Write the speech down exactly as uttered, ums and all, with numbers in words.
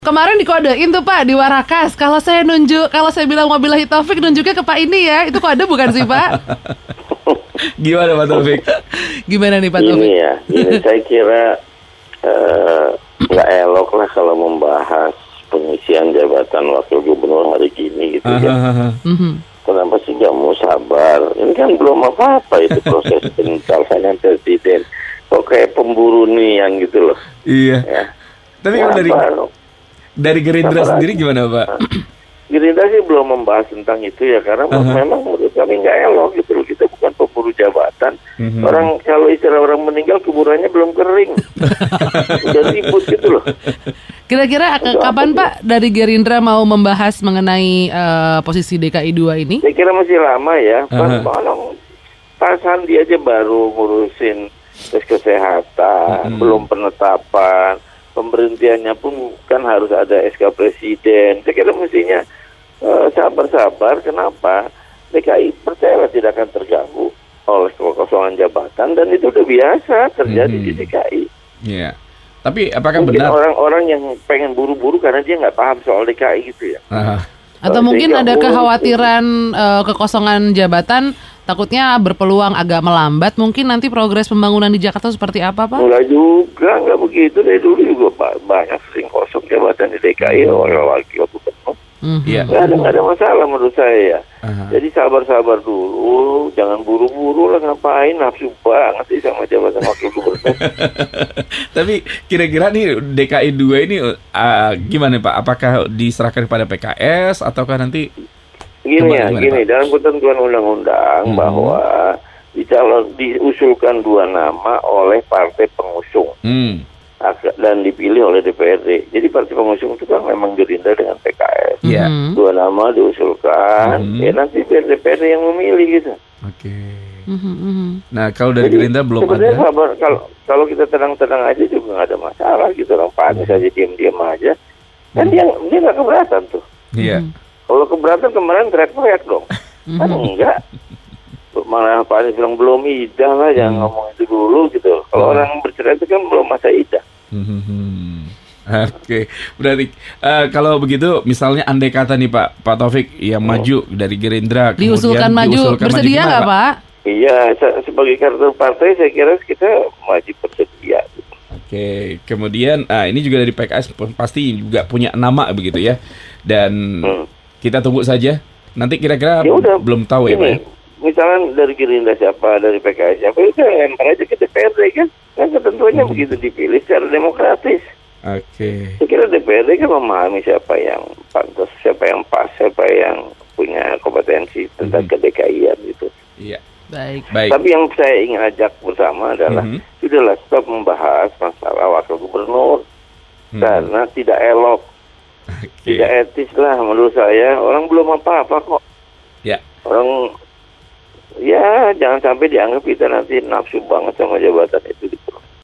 Kemarin dikodein tuh Pak di Warakas. Kalau saya nunjuk, kalau saya bilang wabillahi taufik, nunjuknya ke Pak ini ya. Itu kode bukan sih Pak? Gimana Pak Taufik? Gimana nih Pak Taufik? Ini ya, ini saya kira nggak uh, elok lah kalau membahas pengisian jabatan wakil gubernur hari ini gitu ya. Mm-hmm. Kenapa sih nggak mau sabar? Ini kan belum apa-apa itu proses pencalonan presiden. Kok kayak pemburu nian gitu loh. Iya. Ya. Tapi Sabar, dari loh. dari Gerindra Sabar sendiri aja. gimana Pak? Gerindra sih belum membahas tentang itu ya, karena Uh-huh. memang menurut kami nggak elok gitu loh. Kita bukan pemburu jabatan. Mhm. Orang kalau istilah orang meninggal kuburannya belum kering, udah ribut gitu loh. Kira-kira ak- Untuk kapan apa Pak dari Gerindra mau membahas mengenai uh, posisi D K I dua ini? Saya kira masih lama ya. Uh-huh. Pak, Pak Sandi aja baru ngurusin tes kesehatan, Mhm. belum penetapan, pemberhentiannya pun kan harus ada S K presiden. Saya kira mestinya uh, sabar-sabar. Kenapa? D K I percayalah tidak akan terganggu oleh kekosongan jabatan, dan itu udah biasa terjadi Mhm. di D K I. Iya. Tapi apakah Mungkin benar? orang-orang yang pengen buru-buru karena dia nggak paham soal D K I gitu ya. Ah, Atau Kalau mungkin sehingga ada urus- kekhawatiran uh, kekosongan jabatan, takutnya berpeluang agak melambat. Mungkin nanti progres pembangunan di Jakarta seperti apa Pak? Enggak juga, enggak begitu. Dari dulu juga ba- banyak sering kosong jabatan di D K I oleh wakil gubernur. Mhm. Iya. Nggak ada, nggak ada masalah menurut saya ya. Aha. Jadi sabar-sabar dulu, jangan buru-buru lah, ngapain nafsu banget sih sama jabatan wakil gubernur. Tapi kira-kira nih D K I dua ini uh, gimana Pak? Apakah diserahkan kepada P K S ataukah nanti Gini Gimana, ya, gimana, gini, Pak? dalam ketentuan undang-undang Mhm. bahwa dicalon diusulkan dua nama oleh partai pengusung hmm. dan dipilih oleh D P R D. Jadi partai pengusung itu kan memang Gerindra dengan P K S. Iya. Mhm. Dua nama diusulkan, Mhm. ya nanti biar D P R D yang memilih gitu. Oke. Mhm, mhm. Nah, kalau dari Jadi, Gerindra belum sebenarnya ada. sabar, kalau kalau kita tenang-tenang aja juga nggak ada masalah gitu. Orang Pak Anies aja diam-diam aja, kan dia dia nggak keberatan tuh. Iya. Kalau keberatan kemarin teriak-teriak dong, kan enggak. Malah Pak Anies bilang belum idah lah, jangan Hmm. ngomong itu dulu gitu. Kalau Hmm. orang bercerai itu kan belum masa idah. Hmm. Oke, berarti eh, kalau begitu misalnya andai kata nih Pak Pak Taufik yang maju dari Gerindra Diusulkan kemudian maju, diusulkan bersedia gimana, nggak Pak? Iya, se- sebagai kader partai saya kira kita wajib bersedia. Oke, kemudian ah, ini juga dari P K S pun pasti juga punya nama begitu ya. Dan Hmm. kita tunggu saja. Nanti kira-kira Ya udah, belum tahu ya Pak. Ini, ya? misalnya dari Gerindra siapa, dari P K S siapa, itu lempar aja ke D P R D kan. Kan ketentuannya Hmm. begitu dipilih secara demokratis. Oke. Saya kira D P R D kan memahami siapa yang pantas, siapa yang pas, siapa yang punya kompetensi tentang Mhm. ke D K I-an gitu. Iya. Baik. Baik. Tapi yang saya ingin ajak bersama adalah Mhm. sudahlah stop membahas masalah wakil gubernur Hmm. karena tidak elok, Oke. tidak etis lah menurut saya. Orang belum apa-apa kok. Ya. Orang ya jangan sampai dianggap kita nanti nafsu banget sama jabatan itu gitu.